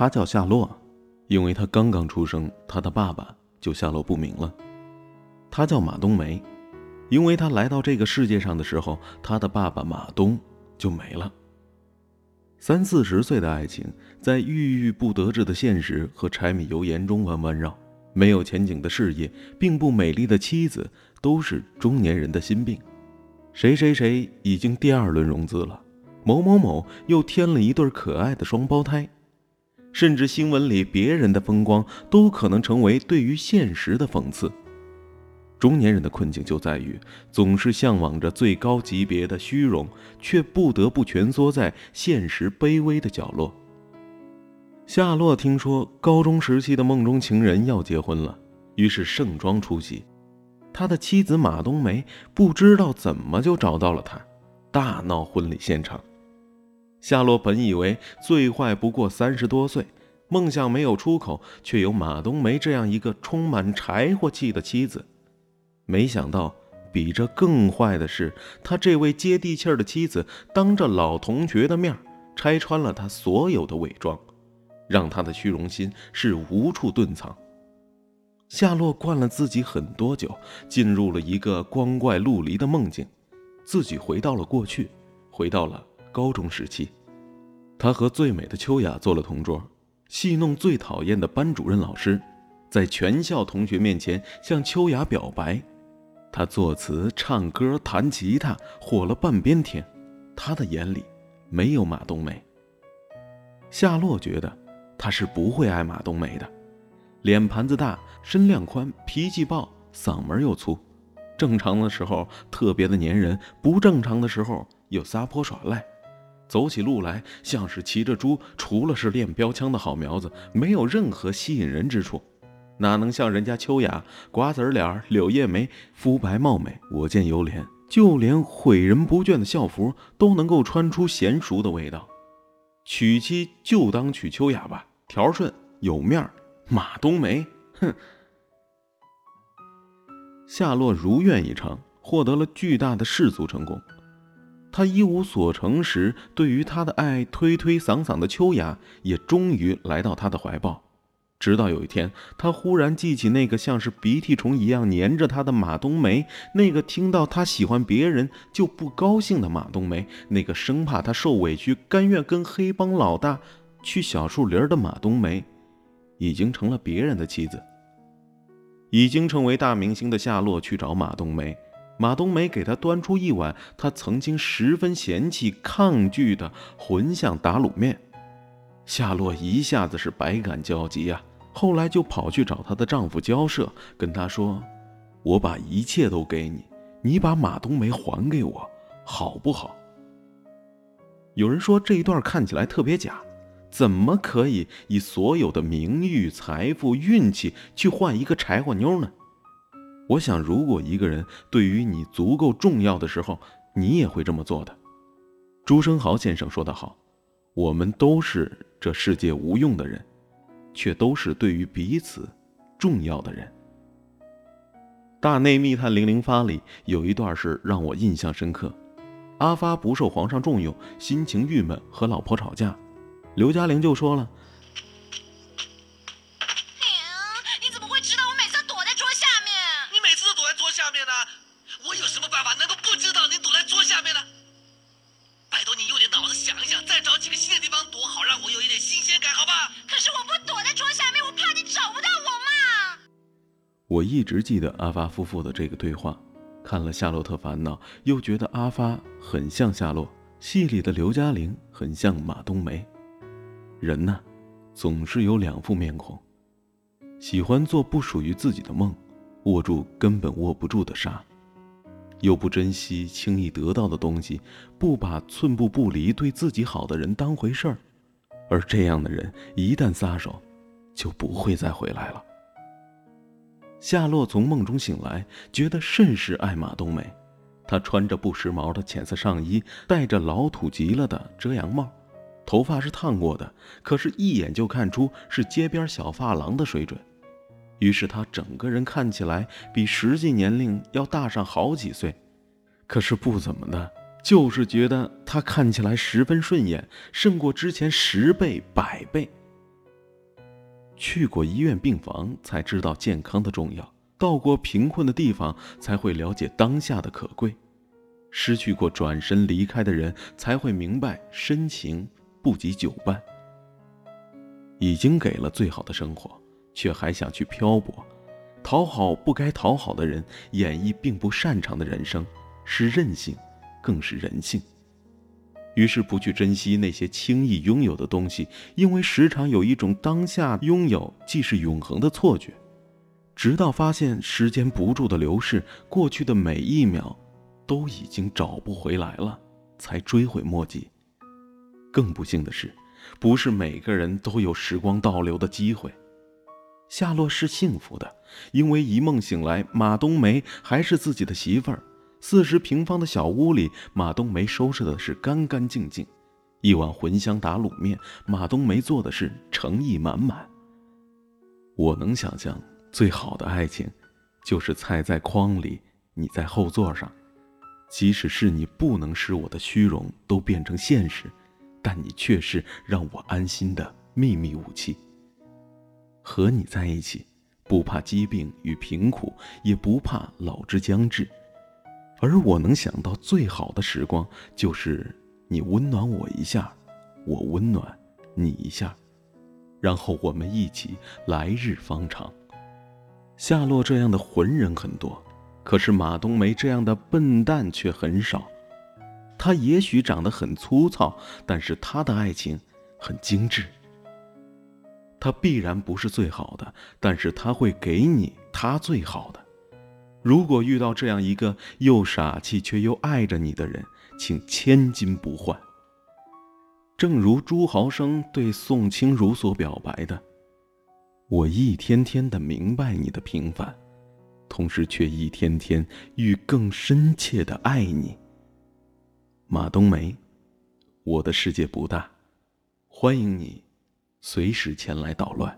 他叫夏洛，因为他刚刚出生，他的爸爸就下落不明了。他叫马冬梅，因为他来到这个世界上的时候，他的爸爸马东就没了。30-40岁的爱情，在郁郁不得志的现实和柴米油盐中弯弯绕，没有前景的事业，并不美丽的妻子，都是中年人的心病。谁已经第2轮融资了，某某某又添了一对可爱的双胞胎，甚至新闻里别人的风光都可能成为对于现实的讽刺。中年人的困境就在于总是向往着最高级别的虚荣，却不得不蜷缩在现实卑微的角落。夏洛听说高中时期的梦中情人要结婚了，于是盛装出席。他的妻子马冬梅不知道怎么就找到了他，大闹婚礼现场。夏洛本以为最坏不过30多岁，梦想没有出口，却有马冬梅这样一个充满柴火气的妻子。没想到比这更坏的是，他这位接地气儿的妻子当着老同学的面拆穿了他所有的伪装，让他的虚荣心是无处遁藏。夏洛灌了自己很多酒，进入了一个光怪陆离的梦境，自己回到了过去，回到了高中时期。他和最美的秋雅做了同桌，戏弄最讨厌的班主任老师，在全校同学面前向秋雅表白。他作词唱歌弹吉他，火了半边天。他的眼里没有马冬梅。夏洛觉得他是不会爱马冬梅的，脸盘子大，身量宽，脾气暴，嗓门又粗，正常的时候特别的粘人，不正常的时候又撒泼耍赖，走起路来像是骑着猪，除了是练标枪的好苗子，没有任何吸引人之处。哪能像人家秋雅，瓜子脸，柳叶眉，肤白貌美，我见犹怜，就连诲人不倦的校服都能够穿出娴熟的味道。娶妻就当娶秋雅吧，条顺有面儿，马冬梅，哼。夏洛如愿以偿，获得了巨大的世俗成功。他一无所成时，对于他的爱推推搡搡的秋雅也终于来到他的怀抱。直到有一天，他忽然记起那个像是鼻涕虫一样黏着他的马冬梅，那个听到他喜欢别人就不高兴的马冬梅，那个生怕他受委屈甘愿跟黑帮老大去小树林的马冬梅，已经成了别人的妻子。已经成为大明星的夏洛去找马冬梅，马冬梅给他端出一碗他曾经十分嫌弃抗拒的混响打卤面。夏洛一下子是百感交集啊，后来就跑去找她的丈夫交涉，跟他说，我把一切都给你，你把马冬梅还给我，好不好？有人说这一段看起来特别假，怎么可以以所有的名誉、财富、运气去换一个柴火妞呢？我想如果一个人对于你足够重要的时候，你也会这么做的。朱生豪先生说得好，我们都是这世界无用的人，却都是对于彼此重要的人。大内密探零零发里有一段是让我印象深刻。阿发不受皇上重用，心情郁闷，和老婆吵架，刘嘉玲就说了， 你怎么会知道我每次躲在桌下面？ 你每次都躲在桌下面呢？我有什么办法能够不知道你躲在桌下面呢？拜托你用点脑子想一想，再找几个新的地方躲，好让我有一点新鲜感，好吧？ 可是我不躲在桌下面，我怕你找不到我嘛。 我一直记得阿发夫妇的这个对话，看了《夏洛特烦恼》，又觉得阿发很像夏洛，戏里的刘嘉玲很像马冬梅。人呢，总是有2副面孔，喜欢做不属于自己的梦，握住根本握不住的沙，又不珍惜轻易得到的东西，不把寸步不离对自己好的人当回事儿。而这样的人一旦撒手，就不会再回来了。夏洛从梦中醒来，觉得甚是爱马冬梅。她穿着不时髦的浅色上衣，戴着老土极了的遮阳帽，头发是烫过的，可是一眼就看出是街边小发廊的水准。于是她整个人看起来比实际年龄要大上好几岁，可是不怎么的，就是觉得她看起来十分顺眼，胜过之前10倍100倍。 去过医院病房才知道健康的重要，到过贫困的地方才会了解当下的可贵，失去过转身离开的人才会明白深情不及久伴。已经给了最好的生活，却还想去漂泊，讨好不该讨好的人，演绎并不擅长的人生，是任性，更是人性。于是不去珍惜那些轻易拥有的东西，因为时常有一种当下拥有即是永恒的错觉，直到发现时间不住的流逝，过去的每一秒都已经找不回来了，才追悔莫及。更不幸的是，不是每个人都有时光倒流的机会。夏洛是幸福的，因为一梦醒来，马冬梅还是自己的媳妇儿。40平方的小屋里，马冬梅收拾的是干干净净，一碗茴香打卤面，马冬梅做的是诚意满满。我能想象，最好的爱情，就是菜在筐里，你在后座上，即使是你不能使我的虚荣都变成现实，但你却是让我安心的秘密武器。和你在一起，不怕疾病与贫苦，也不怕老之将至。而我能想到最好的时光，就是你温暖我一下，我温暖你一下，然后我们一起来日方长。夏洛这样的浑人很多，可是马冬梅这样的笨蛋却很少。她也许长得很粗糙，但是她的爱情很精致。她必然不是最好的，但是她会给你她最好的。如果遇到这样一个又傻气却又爱着你的人，请千金不换。正如朱豪生对宋清如所表白的，我一天天地明白你的平凡，同时却一天天愈更深切地爱你。马冬梅，我的世界不大，欢迎你随时前来捣乱。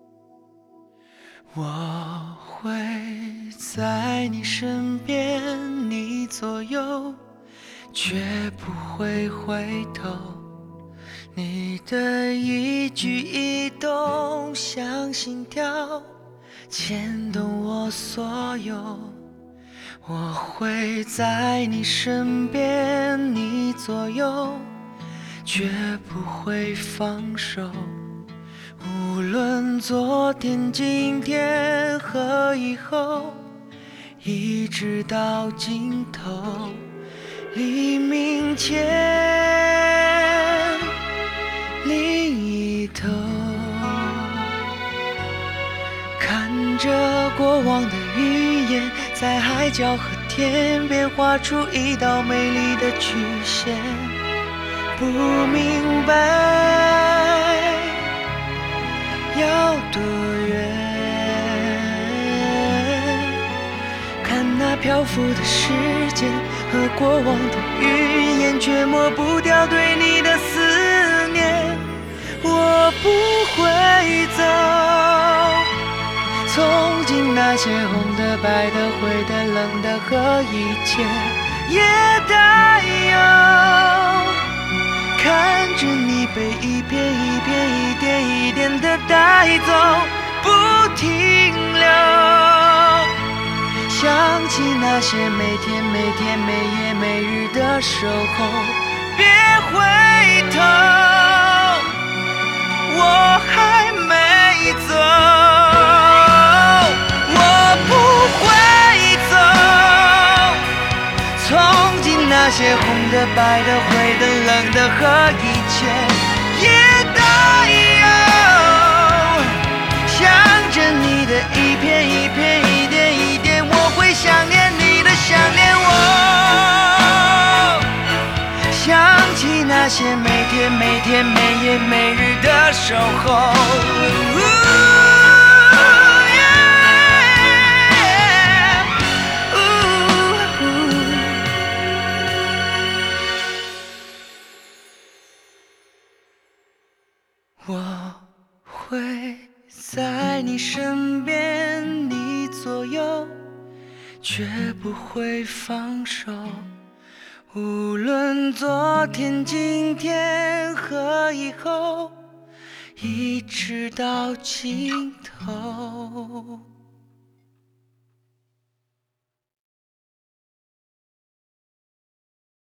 我会在你身边，你左右，绝不会回头。你的一举一动像心跳，牵动我所有。我会在你身边，你左右，绝不会放手。无论昨天、今天和以后，一直到尽头，黎明前另一头，看着过往的云烟，在海角和天边画出一道美丽的曲线，不明白要多远，看那漂浮的时间和过往的云烟，却抹不掉对你的思念。我不会走，从今那些红的、白的、灰的、冷的和一切也带有，看着你被一片一片、一点一点的带走，不停留。想起那些每天每天、每夜每日的守候，别回头，我还没走，我不会走，从今那些红的、白的、灰的、冷的和一切也带有，想着你的一片一片、一点一点，我会想念你的想念我，想起那些每天每天、每夜每日的守候。我会在你身边，你左右，绝不会放手。无论昨天、今天和以后， 一直到尽头。